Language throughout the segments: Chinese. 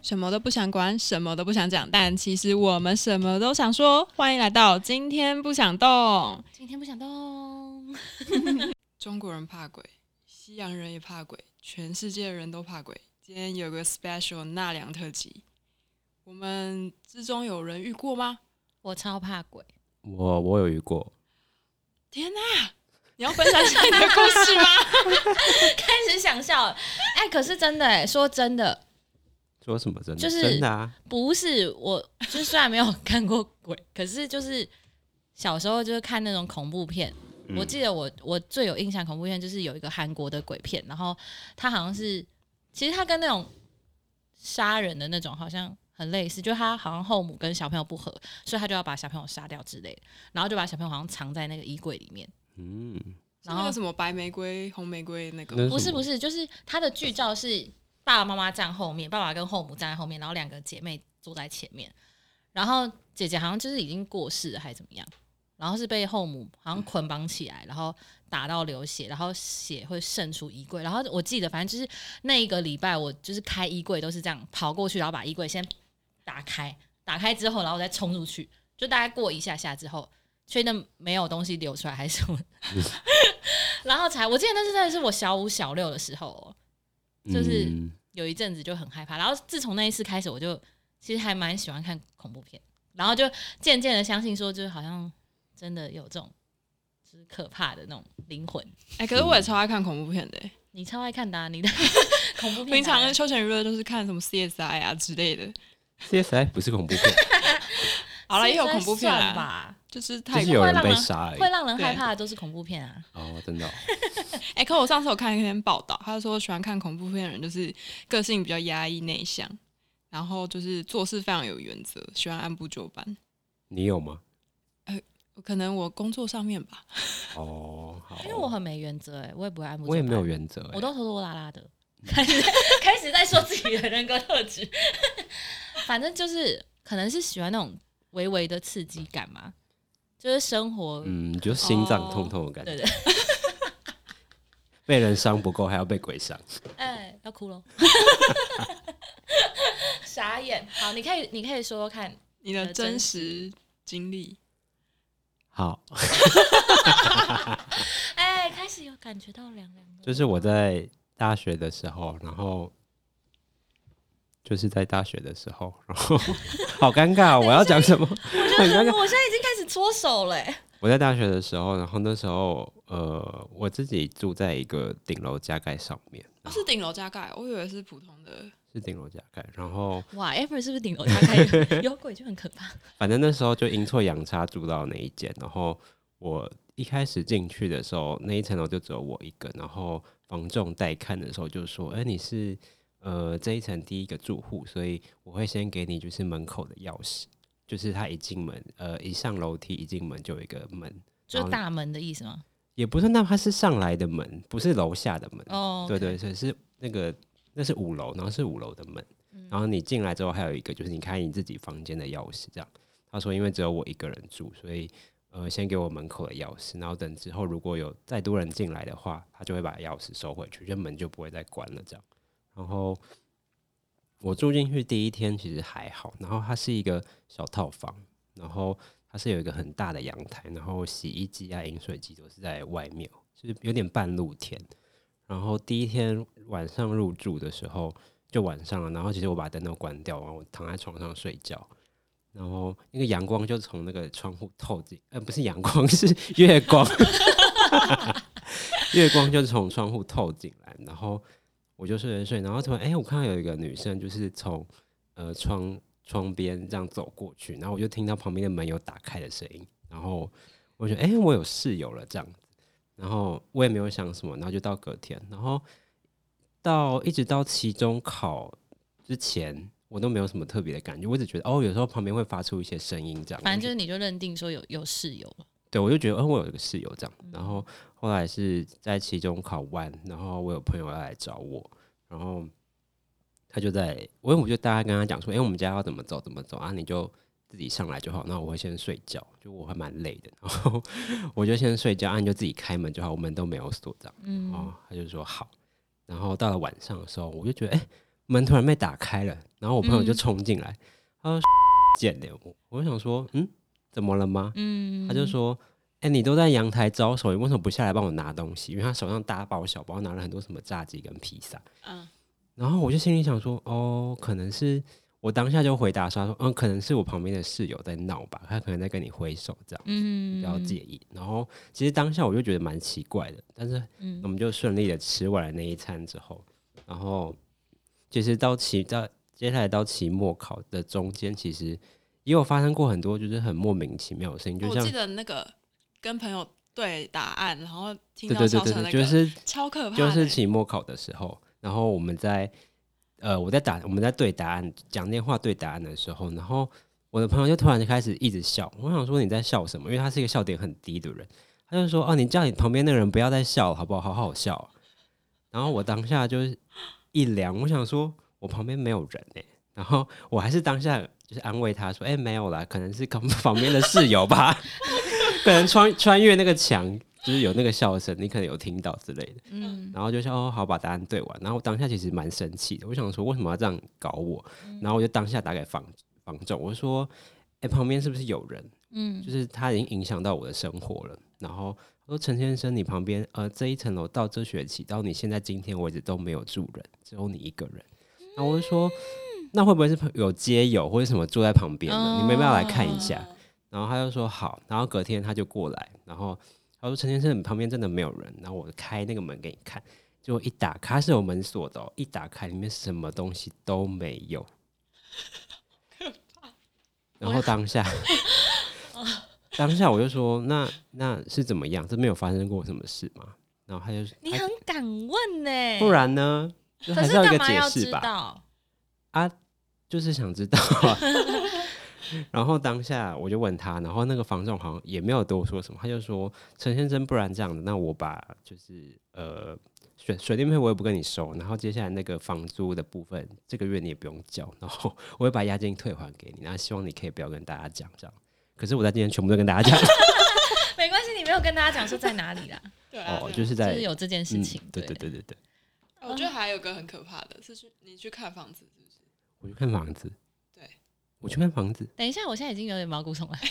什么都不想管，什么都不想讲，但其实我们什么都想说。欢迎来到今天不想动。 今天不想动。 中国人怕鬼，西洋人也怕鬼，全世界的人都怕鬼。今天有个 special 纳凉特辑，我们之中有人遇过吗？ 我超怕鬼。 我有遇过。 天哪！你要分享一下你的故事吗？ 开始想笑了。可是真的说真的， 说什么真的？ 就是真的啊！ 不是我，就虽然没有看过鬼，可是就是小时候就是看那种恐怖片。我记得我最有印象恐怖片就是有一个韩国的鬼片，然后它好像是，其实它跟那种杀人的那种好像很类似，就他好像后母跟小朋友不和，所以他就要把小朋友杀掉之类的，然后就把小朋友好像藏在那个衣柜里面。 然后什么白玫瑰、红玫瑰那个？ 不是，就是他的剧照是爸爸妈妈站后面，爸爸跟后母站在后面，然后两个姐妹坐在前面，然后姐姐好像就是已经过世了还是怎么样，然后是被后母好像捆绑起来，然后打到流血，然后血会渗出衣柜，然后我记得反正就是那一个礼拜我就是开衣柜都是这样跑过去，然后把衣柜先打开之后然后再冲出去，就大概过一下下之后确定没有东西流出来还是什么然后我记得那是真的是我小5小6的时候就是有一阵子就很害怕，然后自从那一次开始我就其实还蛮喜欢看恐怖片，然后就渐渐的相信说就是好像真的有这种就是可怕的那种灵魂。 可是我也超爱看恐怖片的。 你超爱看的你的恐怖片平常休闲娱乐都是看什么 CSI 啊之类的。 CSI 不是恐怖片。 好了，也有恐怖片吧， 就是有人被杀而已， 会让人害怕的都是恐怖片啊。 哦，真的哦。 可我上次有看一篇报道，他说喜欢看恐怖片的人就是个性比较压抑内向，然后就是做事非常有原则，喜欢按部就班。 你有吗？ 可能我工作上面吧。 哦，好。 因为我很没原则我也不会按部就班。 我也没有原则我都拖拖拉拉的。开始在说自己的人格特质。反正就是可能是喜欢那种微微的刺激感嘛，就是生活就心脏痛痛的感觉。 对。 被人伤不够还要被鬼伤。 要哭咯。傻眼。好，你可以说说看你的真实经历。 好。 开始有感觉到凉凉的。 就是我在大学的时候，然后好尴尬，我要讲什么？ 我现在已经开始搓手了。 我在大学的时候，然后那时候我自己住在一个顶楼加盖上面。 是顶楼加盖？我以为是普通的。 是顶楼加盖，然后哇 ，Ever 是不是顶楼加盖？有鬼就很可怕。 反正那时候就阴错阳差住到那一间，然后我一开始进去的时候，那一层楼就只有我一个，然后房仲带看的时候就说：“你是这一层第一个住户，所以我会先给你就是门口的钥匙，就是他一进门，一上楼梯一进门就有一个门， 就大门的意思吗？ 也不是，那它是上来的门，不是楼下的门。 对对，所以是那是5楼，然后是5楼的门，然后你进来之后还有一个就是你开你自己房间的钥匙，这样。他说因为只有我一个人住，所以先给我门口的钥匙，然后等之后如果有再多人进来的话，他就会把钥匙收回去，就门就不会再关了这样。然后我住进去第一天其实还好，然后它是一个小套房，然后它是有一个很大的阳台，然后洗衣机啊饮水机都是在外面，就是有点半露天。然后第一天晚上入住的时候就晚上了，然后其实我把灯都关掉，然后我躺在床上睡觉，然后那个阳光就从那个窗户透进，不是阳光是月光，月光就从窗户透进来，然后我就睡着睡，然后突然我看到有一个女生就是从窗边这样走过去，然后我就听到旁边的门有打开的声音，然后我觉得我有室友了这样子。然后我也没有想什么，然后就到隔天，然后一直到期中考之前，我都没有什么特别的感觉，我只觉得有时候旁边会发出一些声音这样。 反正就是你就认定说有室友了。 对，我就觉得我有一个室友这样。然后后来是在期中考完，然后我有朋友要来找我，然后他就我就大概跟他讲说，我们家要怎么走啊，你就自己上来就好，那我会先睡觉，就我还蛮累的，然后我就先睡觉，你就自己开门就好，我门都没有锁这样。他就说好。然后到了晚上的时候，我就觉得门突然被打开了，然后我朋友就冲进来，他说捡的，我就想说怎么了吗？他就说你都在阳台招手，你为什么不下来帮我拿东西？因为他手上大包小包拿了很多什么炸鸡跟披萨，然后我就心里想说可能是我当下就回答说可能是我旁边的室友在闹吧，他可能在跟你挥手这样，不要介意。然后其实当下我就觉得蛮奇怪的，但是我们就顺利的吃完了那一餐之后，然后其实接下来到期末考的中间，其实也有发生过很多就是很莫名其妙的事情，就像我记得那个跟朋友对答案，然后听到对笑声那个， 就是超可怕的， 就是期末考的时候，然后我们在对答案讲电话对答案的时候，然后我的朋友就突然就开始一直笑，我想说你在笑什么？因为他是一个笑点很低的人，他就说你叫你旁边那个人不要再笑了好不好？好好笑。然后我当下就是一凉，我想说我旁边没有人然后我还是当下就是安慰他说没有啦，可能是旁边的室友吧，可能穿越那个墙。就是有那个笑声，你可能有听到之类的，然后就说好，把答案对完。然后我当下其实蛮生气的，我想说为什么要这样搞我？然后我就当下打给房仲，我说旁边是不是有人？就是他已经影响到我的生活了。然后他说陈先生，你旁边这一层楼到这学期到你现在今天为止都没有住人，只有你一个人。然后我就说那会不会是有街友或者什么住在旁边的？你们要不要来看一下？然后他就说好，然后隔天他就过来，然后他说陈先生，你旁边真的没有人，然后我开那个门给你看，结果一打开，它是有门锁的一打开里面什么东西都没有，然后当下我就说那是怎么样？这没有发生过什么事吗？然后他就你很敢问呢， 不然呢？就还可是要一个干嘛要解释吧？ 知道就是想知道然后当下我就问他，然后那个房仲好像也没有多说什么，他就说陈先生，不然这样子，那我把就是水电费我也不跟你收，然后接下来那个房租的部分这个月你也不用交，然后我会把押金退还给你，然后希望你可以不要跟大家讲这样。可是我在今天全部都跟大家讲没关系，你没有跟大家讲说在哪里啦。 对啊， 就是在有这件事情。 对。 我觉得还有个很可怕的是你去看房子是不是？ 我去看房子， 对， 我去看房子。 等一下，我现在已经有点毛骨悚然。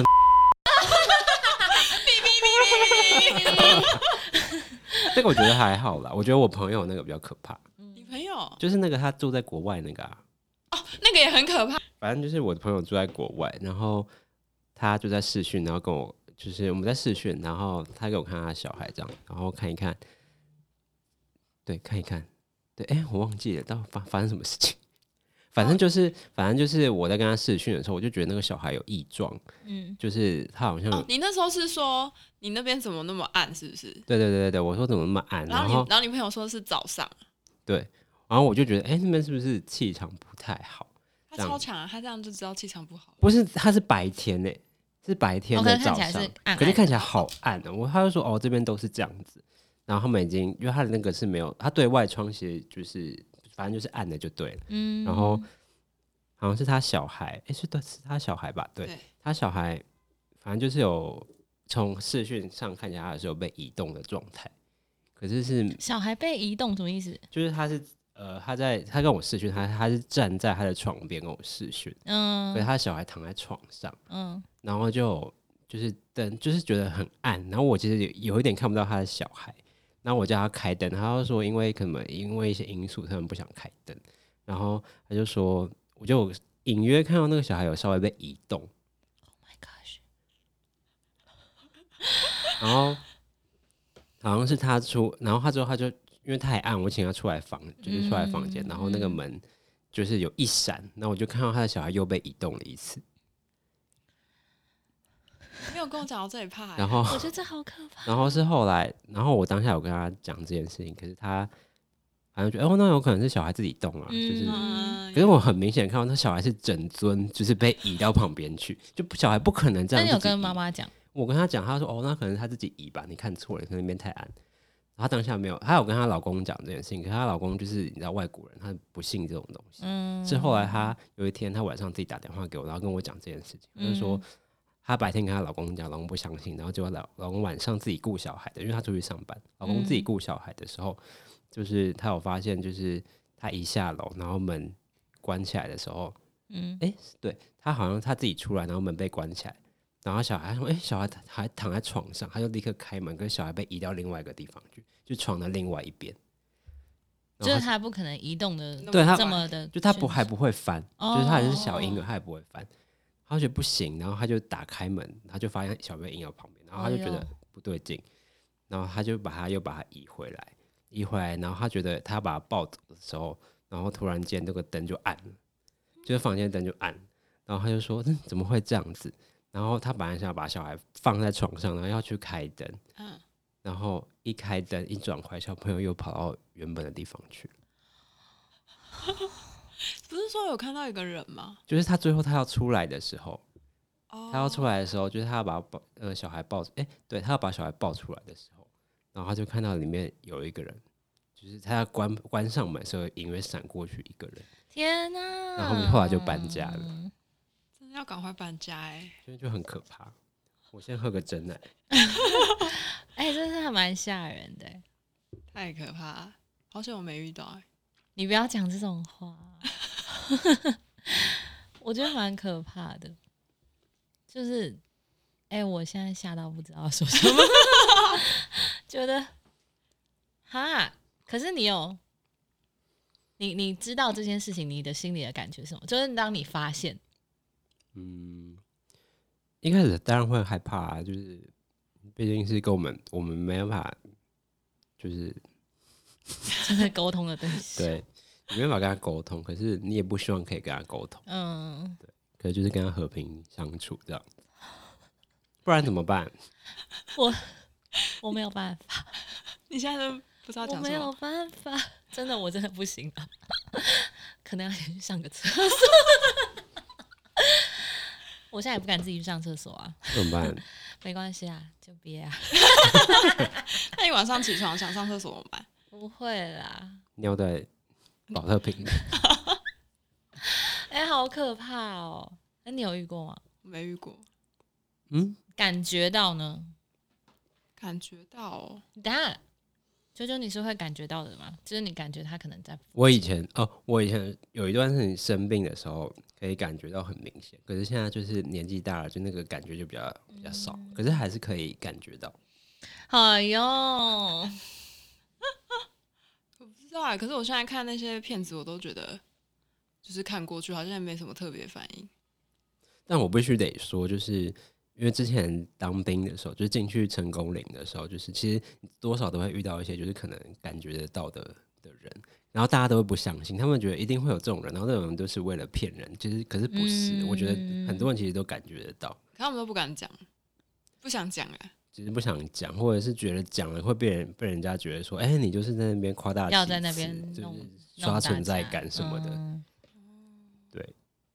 这个我觉得还好啦，我觉得我朋友那个比较可怕。 你朋友就是那个他住在国外那个那个也很可怕。 反正就是我的朋友住在国外，然后他就在视讯，然后跟我就是我们在视讯，然后他给我看他的小孩这样，然后看一看，对，看一看，对，我忘记了到底发生什么事情。反正就是我在跟他视讯的时候，我就觉得那个小孩有异状，就是他好像你那时候是说你那边怎么那么暗，是不是？ 对，我说怎么那么暗， 然后你朋友说是早上， 对，然后我就觉得那边是不是气场不太好？ 他超强啊，他这样就知道气场不好。 不是，他是白天是白天的早上，可是看起来好暗他就说这边都是这样子，然后他们已经因为他的那个是没有，他对外窗其实就是反正就是暗的就对了，然后好像是他小孩，是他小孩吧？对，他小孩反正就是有从视讯上看起来他是有被移动的状态，可是小孩被移动什么意思？ 就是他是他跟我视讯，他是站在他的床边跟我视讯，可是他小孩躺在床上，然后就是灯就是觉得很暗，然后我其实有一点看不到他的小孩，然后我叫他开灯，他就说因为一些因素他们不想开灯，然后他就说我就隐约看到那个小孩有稍微被移动 ，Oh my gosh， 然后好像是他出，然后他之后他就因为太暗，我请他出来就是出来房间，然后那个门就是有一闪，然后我就看到他的小孩又被移动了一次。 没有跟我讲到这里怕， 然后我觉得这好可怕。 然后是后来，然后我当下有跟他讲这件事情，可是他反正觉得那有可能是小孩自己动就是，可是我很明显看到那小孩是整尊就是被移到旁边去，就小孩不可能这样。 那你有跟妈妈讲？ 我跟他讲，他说那可能是他自己移吧，你看错了，可能那边太暗。然后他当下没有，他有跟她老公讲这件事情，可是她老公就是你知道外国人，他不信这种东西。是后来他有一天，他晚上自己打电话给我，然后跟我讲这件事情，他就说她白天跟她老公讲，老公不相信，然后结果老公晚上自己顾小孩的，因为他出去上班，老公自己顾小孩的时候，就是他有发现，就是他一下楼，然后门关起来的时候， 嗯， 对，他好像他自己出来，然后门被关起来，然后小孩说：“小孩还躺在床上。”他就立刻开门，跟小孩被移到另外一个地方去，就床的另外一边。 就是他不可能移动的， 对他这么的， 就他还不会翻，就是他还是小婴儿， 哦他也不会翻。他就觉得不行，然后他就打开门，他就发现小贝婴儿旁边，然后他就觉得不对劲，然后他就又把他移回来，然后他觉得他把他抱走的时候，然后突然间那个灯就暗了，就是房间灯就暗，然后他就说：“怎么会这样子？”然后他本来想把小孩放在床上，然后要去开灯，然后一开灯一转回来，小朋友又跑到原本的地方去了。 不是说有看到一个人吗？ 就是他最后他要出来的时候， 哦， 他要出来的时候，就是他要把小孩抱，对，他要把小孩抱出来的时候，然后他就看到里面有一个人，就是他要关上门的时候，隐约闪过去一个人。 天哪！ 然后后来就搬家了， 真的要赶快搬家哎， 所以就很可怕。我先喝个真奶。 真的还蛮吓人的， 太可怕了，好险我没遇到哎。 你不要讲这种话，我觉得蛮可怕的。就是，我现在吓到不知道说什么，觉得，哈，可是你知道这件事情，你的心里的感觉是什么？就是当你发现， 一开始当然会害怕啊，就是毕竟是跟我们没办法，就是真的沟通的对象， 对，你没办法跟他沟通，可是你也不希望可以跟他沟通，对，可是就是跟他和平相处这样，不然怎么办？ 我没有办法， 你现在都不知道讲什么， 我没有办法，真的我真的不行了，可能要先去上个厕所。我现在也不敢自己去上厕所啊， 怎么办？ 没关系啊，就憋啊。 那你晚上起床想上厕所怎么办？ 不会啦， 尿在保特瓶里。 好可怕哦！你有遇过吗？ 没遇过。 感觉到呢？ 感觉到哦。 等下，啾啾，你是会感觉到的吗？就是你感觉他可能在…… 我以前有一段是你生病的时候可以感觉到很明显，可是现在就是年纪大了，就那个感觉就比较少，可是还是可以感觉到。 哎呦， 我不知道可是我现在看那些片子，我都觉得就是看过去好像也没什么特别反应。 但我必须得说，就是因为之前当兵的时候，就是进去成功岭的时候，就是其实多少都会遇到一些就是可能感觉得到的人，然后大家都会不相信，他们觉得一定会有这种人，然后那种人都是为了骗人，可是不是，我觉得很多人其实都感觉得到， 可他们都不敢讲，不想讲只是不想讲，或者是觉得讲了会被人家觉得说，你就是在那边夸大其词， 要在那边就是刷存在感什么的，对，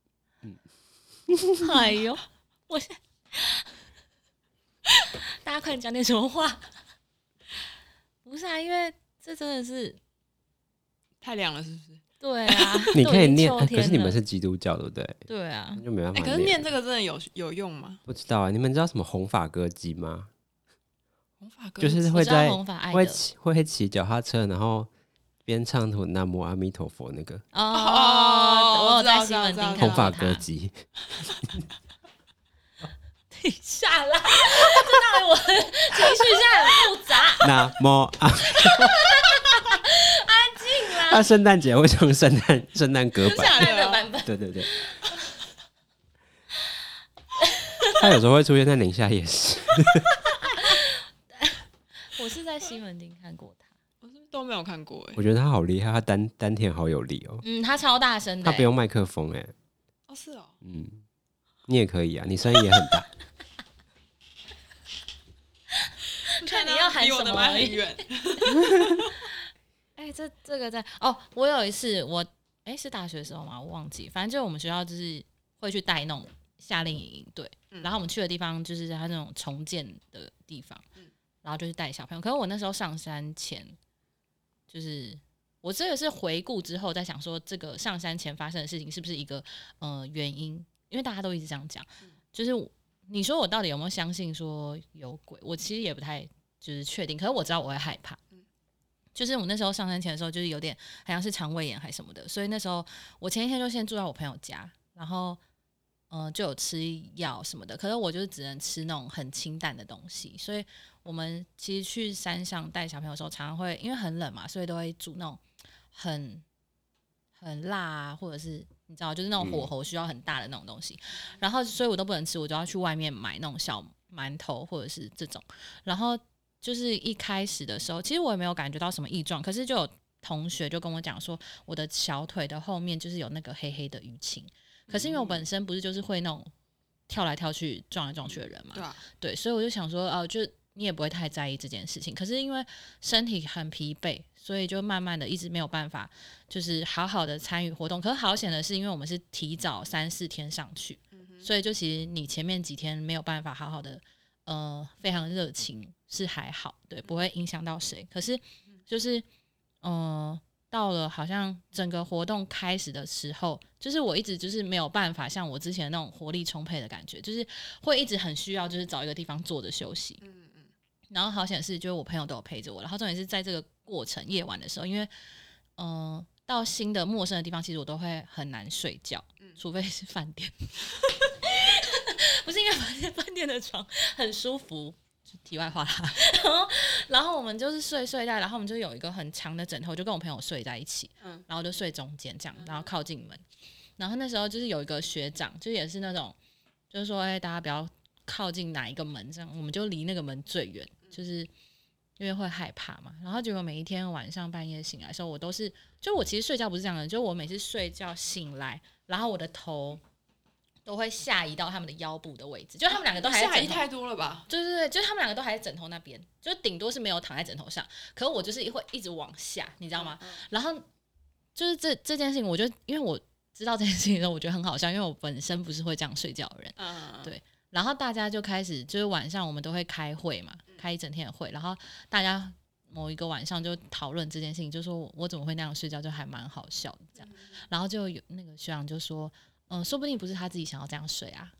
哎呦，我现在大家快点讲点什么话？不是啊，因为这真的是太凉了，是不是？ 对啊， 你可以念， 可可是你们是基督教，对不对？ 对啊， 就没办法念。 可是念这个真的有用吗？ 不知道啊，你们知道什么红发歌姬吗？ 红发歌就是会在会骑脚踏车，然后边唱“南无阿弥陀佛”那个。 我有在新闻听红发歌姬。 停下来，这让我情绪现在很复杂。 南无阿。 安静啦！ 他圣诞节会唱圣诞歌版， 对对对。他有时候会出现在宁夏夜市。 我是在西门町看过他， 我是不是都没有看过我觉得他好厉害，他丹田好有力哦。 他超大声的， 他不用麦克风哦，是哦。 你也可以啊，你声音也很大。 看你要喊什么而已。这个在我有一次是大学的时候吗？我忘记，反正就是我们学校就是会去带那种夏令营队，然后我们去的地方就是他那种重建的地方，然后就去带小朋友。可是我那时候上山前，就是我这个是回顾之后在想说，这个上山前发生的事情是不是一个原因？因为大家都一直这样讲，就是你说我到底有没有相信说有鬼？我其实也不太就是确定，可是我知道我会害怕。 就是我那时候上山前的时候，就是有点好像是肠胃炎还什么的，所以那时候我前一天就先住在我朋友家，然后就有吃药什么的，可是我就是只能吃那种很清淡的东西，所以我们其实去山上带小朋友的时候，常常会因为很冷嘛，所以都会煮那种很辣啊，或者是你知道，就是那种火候需要很大的那种东西，然后所以我都不能吃，我就要去外面买那种小馒头或者是这种，然后就是一开始的时候，其实我也没有感觉到什么异状，可是就有同学就跟我讲说，我的小腿的后面就是有那个黑黑的淤青。可是因为我本身不是就是会那种跳来跳去撞来撞去的人嘛， 对啊， 对，所以我就想说，就你也不会太在意这件事情。可是因为身体很疲惫，所以就慢慢的一直没有办法，就是好好的参与活动。可是好险的是，因为我们是提早3-4天上去，所以就其实你前面几天没有办法好好的，非常热情是还好，对，不会影响到谁。可是就是到了好像整个活动开始的时候，就是我一直就是没有办法像我之前那种活力充沛的感觉，就是会一直很需要就是找一个地方坐着休息。然后好险是就是我朋友都有陪着我，然后重点是在这个过程夜晚的时候，因为到新的陌生的地方，其实我都会很难睡觉，除非是饭店，不是因为饭店的床很舒服。题外话啦，然后我们就是睡袋，然后我们就有一个很长的枕头，就跟我朋友睡在一起，然后就睡中间这样，然后靠近门。然后那时候就是有一个学长，就也是那种，就是说，大家不要靠近哪一个门，这样我们就离那个门最远，就是因为会害怕嘛。然后结果每一天晚上半夜醒来的时候，我都是，就我其实睡觉不是这样的，就我每次睡觉醒来，然后我的头都会下移到他们的腰部的位置，就他们两个都还在枕头， 下移太多了吧？ 对对对，就是他们两个都还在枕头那边，就顶多是没有躺在枕头上，可是我就是会一直往下，你知道吗？然后就是这件事情，我就因为我知道这件事情的时候，我觉得很好笑，因为我本身不是会这样睡觉的人，对。然后大家就开始，就是晚上我们都会开会嘛，开一整天的会，然后大家某一个晚上就讨论这件事情，就说我怎么会那样睡觉，就还蛮好笑的这样。然后就有那个学长就说，说不定不是他自己想要这样睡啊。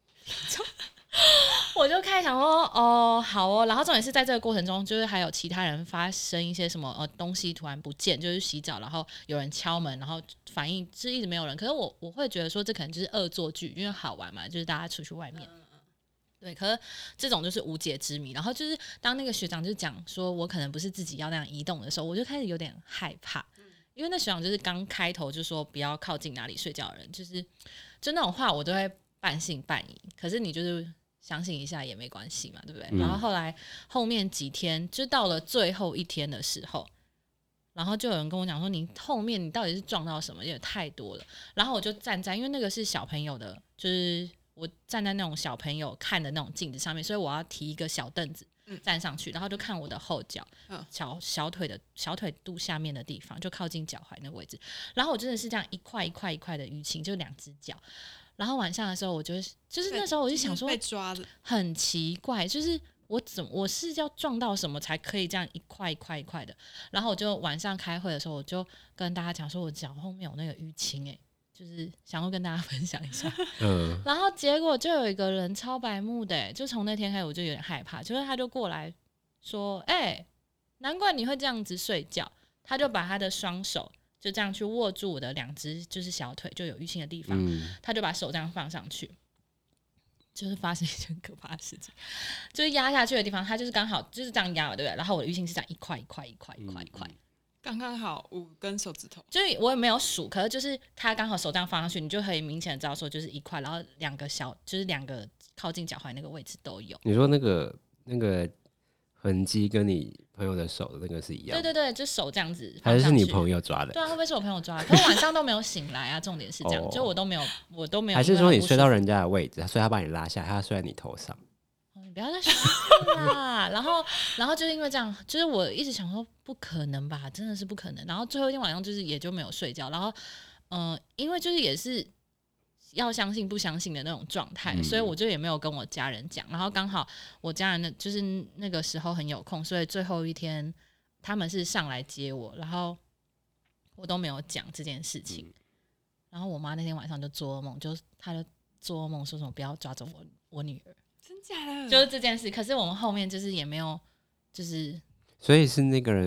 我就开始想说，好哦。然后重点是在这个过程中，就是还有其他人发生一些什么东西突然不见，就是洗澡，然后有人敲门，然后反应是一直没有人。可是我会觉得说，这可能就是恶作剧，因为好玩嘛，就是大家出去外面。对，可是这种就是无解之谜。然后就是当那个学长就讲说我可能不是自己要那样移动的时候，我就开始有点害怕，因为那学长就是刚开头就说不要靠近哪里睡觉的人，就那种话我都会半信半疑。可是你就是相信一下也没关系嘛，对不对？然后后面几天就到了最后一天的时候，然后就有人跟我讲说你后面你到底是撞到什么，也太多了。然后我就站在，因为那个是小朋友的，就是我站在那种小朋友看的那种镜子上面，所以我要提一个小凳子站上去，然后就看我的后脚，小腿肚下面的地方，就靠近脚踝那个位置。然后我真的是这样一块一块一块的淤青，就2只脚。然后晚上的时候，我就是那时候我就想说， 被抓的很奇怪，就是我是要撞到什么才可以这样一块一块一块的？然后我就晚上开会的时候，我就跟大家讲说，我脚后面有那个淤青，就是想要跟大家分享一下。然后结果就有一个人超白目的，就从那天开始我就有点害怕，就是他就过来说，难怪你会这样子睡觉。他就把他的双手就这样去握住我的2只就是小腿就有淤青的地方，他就把手这样放上去，就是发生一件可怕的事情，就是压下去的地方，他就是刚好就是这样压了，对不对？然后我的淤青是这样一块一块一块一块一块， 刚刚好5根手指头， 就是我也没有数，可是就是他刚好手这样放上去，你就可以明显的知道说就是一块，然后2个就是2个靠近脚踝那个位置都有。 你说那个痕迹跟你朋友的手的那个是一样的？ 对对对，就手这样子放还上去。 是你朋友抓的？ 对啊，会不会是我朋友抓的？可是晚上都没有醒来啊，重点是这样，就我都没有。 还是说你睡到人家的位置，所以他把你拉下来，他睡在你头上？ 你不要再说啦。然后就是因为这样，就是我一直想说不可能吧，真的是不可能。然后最后一天晚上就是也就没有睡觉，然后因为就是也是要相信不相信的那种状态，所以我就也没有跟我家人讲。然后刚好我家人就是那个时候很有空，所以最后一天他们是上来接我，然后我都没有讲这件事情。然后我妈那天晚上就做噩梦，她就做噩梦说什么不要抓走我女儿。 真假的？ 就是这件事，可是我们后面就是也没有，就是所以是那个人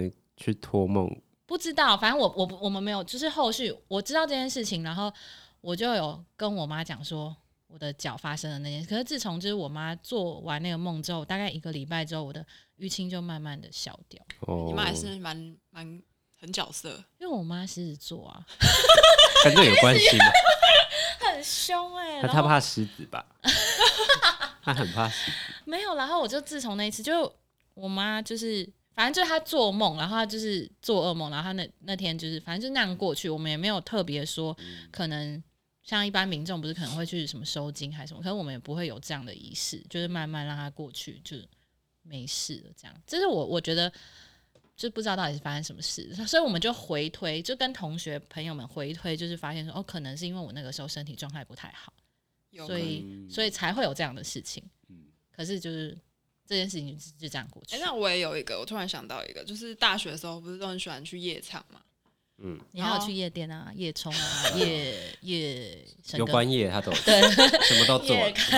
去托梦？ 不知道，反正我们没有，就是后续我知道这件事情，然后我就有跟我妈讲说我的脚发生的那件事。可是自从就是我妈做完那个梦之后，大概1个礼拜之后，我的淤青就慢慢的消掉。 哦， 你妈还是蛮很角色， 因为我妈狮子座啊， 跟这有关系吗？ 很凶他怕狮子吧？他很怕狮子。 没有，然后我就自从那一次，就我妈就是反正就是她做梦，然后她就是做噩梦，然后她那天就是反正就那样过去，我们也没有特别说，可能像一般民众不是可能会去什么收金还是什么，可是我们也不会有这样的仪式，就是慢慢让她过去，就没事了这样。这是我觉得就不知道到底是发生什么事，所以我们就回推，就跟同学朋友们回推，就是发现说哦，可能是因为我那个时候身体状态不太好，所以才会有这样的事情。可是就是这件事情就这样过去。 那我也有一个，我突然想到一个，就是大学的时候不是都很喜欢去夜场嘛？ 你还有去夜店啊、夜冲啊、夜有关夜他都对， 什么都做。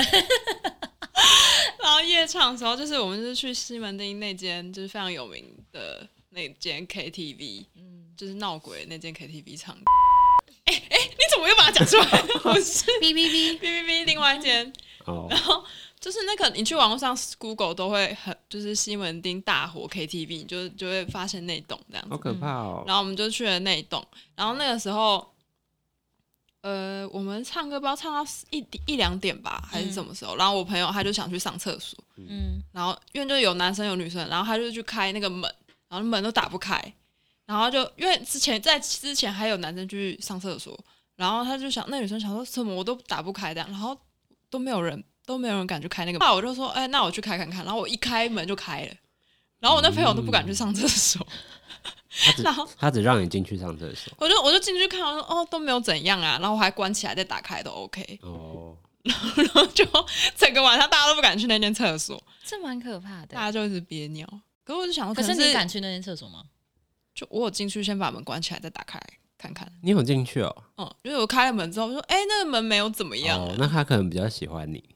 然后夜唱的时候，就是我们就是去西门町那间就是非常有名的那间 KTV，就是闹鬼那间 KTV 唱。你怎么又把它讲出来？不是 B，另外一间。然后就是那个你去网络上 Google 都会就是西门町大火 KTV， 你就会发现那栋这样子， 好可怕哦。 然后我们就去了那一栋，然后那个时候，我们唱歌不知道唱到一两点吧，还是什么时候？然后我朋友他就想去上厕所，然后因为就有男生有女生，然后他就去开那个门，然后门都打不开，然后就因为之前还有男生去上厕所，然后他就想那女生想说什么我都打不开这样，然后都没有人敢去开那个门，我就说那我去开看看，然后我一开门就开了，然后我那朋友都不敢去上厕所。然后他只让你进去上厕所， 我就进去看，我说都没有怎样啊，然后我还关起来再打开都 OK。然后就整个晚上大家都不敢去那间厕所， 这蛮可怕的， 大家就一直憋尿。可是我就想说， 可是你敢去那间厕所吗？ 就我有进去先把门关起来再打开看看。 你有进去哦？ 因为我开了门之后，我说那个门没有怎么样。 那他可能比较喜欢你，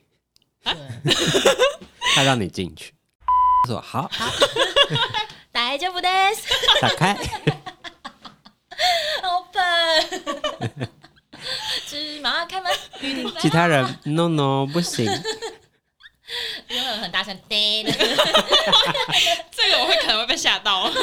他让你进去，说好。 大丈夫です。 打开。 Open。芝麻开门， 其他人 no 不行。 有没有很大声？ 这个我可能会被吓到。好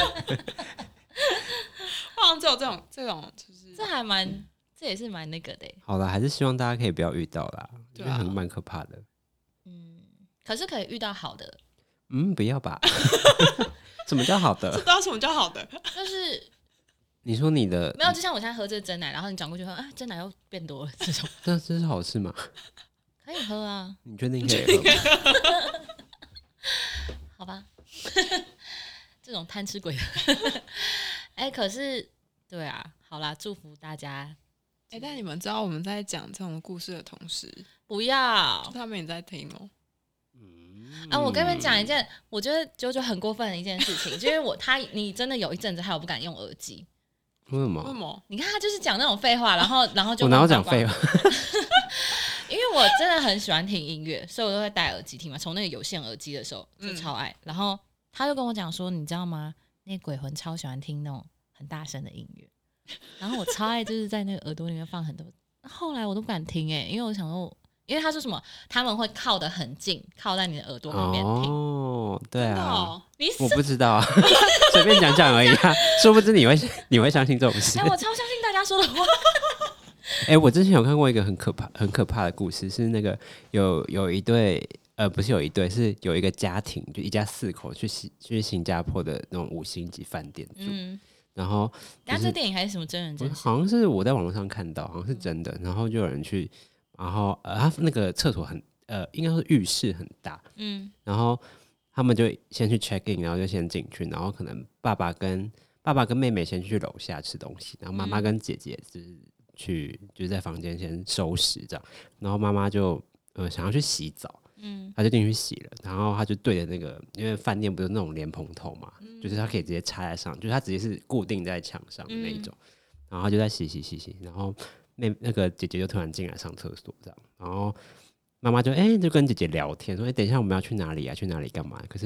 像只有这种，就是这也是蛮那个的。 好了，还是希望大家可以不要遇到啦，因为蛮可怕的。 可是可以遇到好的。 不要吧。什么叫好的？ 知道什么叫好的？ 就是你说你的没有，就像我现在喝这个真奶，然后你转过去喝，真奶又变多了，这种。 这是好事吗？ 可以喝啊。 你确定可以喝吗？ 好吧。这种贪吃鬼的。可是对啊，好啦，祝福大家。 但你们知道我们在讲这种故事的同时， 不要， 他们也在听哦。 我跟你们讲一件我觉得九九很过分的一件事情，就因为你真的有一阵子害我不敢用耳机。 为什么？ 你看他就是讲那种废话，然后就我哪有讲废话？ 因为我真的很喜欢听音乐，所以我都会戴耳机听嘛。从那个有线耳机的时候就超爱。然后他就跟我讲说，你知道吗？那鬼魂超喜欢听那种很大声的音乐，然后我超爱就是在那个耳朵里面放很多。后来我都不敢听因为我想说。因为他说什么，他们会靠得很近，靠在你的耳朵旁边听。 对啊， 我不知道啊，随便讲讲而已啊，殊不知你会相信这种事。 我超相信大家说的话。 我之前有看过一个很可怕的故事，是那个有一对不是有一对，是有一个家庭，就一家4口去新加坡的那种5星级饭店住。然后这电影还是什么真人真事？ 好像是我在网络上看到，好像是真的。然后就有人去。然后他那个厕所应该是浴室很大，然后他们就先去 check in， 然后就先进去，然后可能爸爸跟妹妹先去楼下吃东西，然后妈妈跟姐姐就是在房间先收拾这样，然后妈妈就想要去洗澡，他就进去洗了，然后他就对着那个，因为饭店不是那种莲蓬头嘛，就是他可以直接插在上，就是他直接是固定在墙上的那一种，然后他就在洗，然后。那个姐姐就突然进来上厕所，这样，然后妈妈就跟姐姐聊天说：“等一下我们要去哪里啊？去哪里干嘛？”可是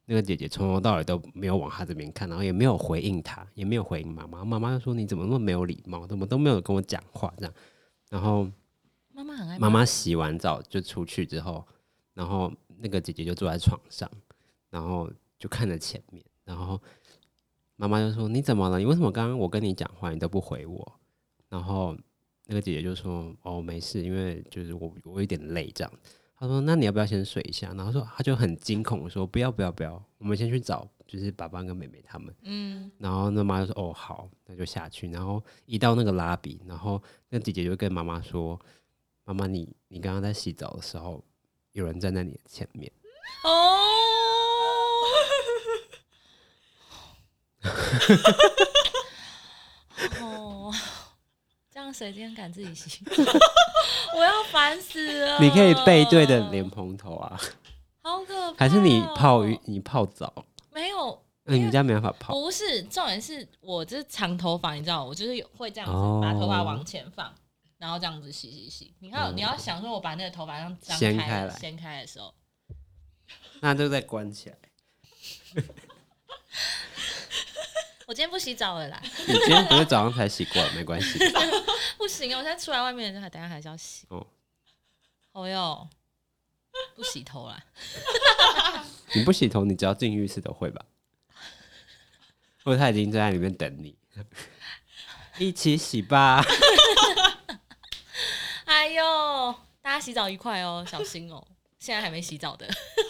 那个姐姐从头到尾都没有往他这边看，然后也没有回应他，也没有回应妈妈。妈妈就说：“你怎么那么没有礼貌？怎么都没有跟我讲话？”这样，然后妈妈很爱妈妈洗完澡就出去之后，然后那个姐姐就坐在床上，然后就看着前面，然后妈妈就说：“你怎么了？你为什么刚刚我跟你讲话你都不回我？”然后那个姐姐就说：“哦，没事，因为就是我有点累这样。”他说：“那你要不要先睡一下？”然后他就很惊恐说：“不要，我们先去找就是爸爸跟妹妹他们。”然后那妈就说：“哦，好，那就下去。”然后一到那个拉比，然后那姐姐就跟妈妈说：“妈妈，你刚刚在洗澡的时候，有人站在你的前面。” 哦，这样谁今天敢自己洗？我要烦死了！ 你可以背对着莲蓬头啊， 好可怕！ 还是你泡澡？ 没有， 你们家没办法泡。 不是，重点是我这是长头发，你知道，我就是会这样子把头发往前放，然后这样子洗。你看，你要想说，我把那个头发让掀开的时候， 那就再关起来。 我今天不洗澡了啦。 你今天不是早上才洗过，没关系。 不行啊，我现在出来外面的时候，等一下还是要洗。哦哟，不洗头啦。 你不洗头，你只要进浴室都会吧？或者他已经在里面等你，一起洗吧。 哎呦，大家洗澡愉快哦，小心哦。现在还没洗澡的。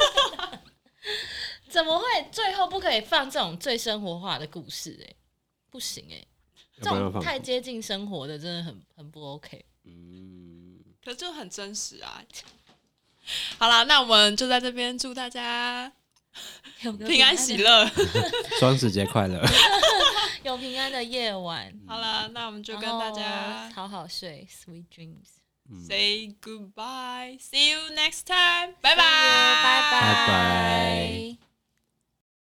怎么会最后不可以放这种最生活化的故事？不行这种太接近生活的真的很不 OK。 可是就很真实啊。好啦，那我们就在这边祝大家平安喜乐， 双十节快乐， 有平安的夜晚。 好啦，那我们就跟大家好好睡 ，Sweet dreams。 Say goodbye. See you next time. 拜拜， 拜拜。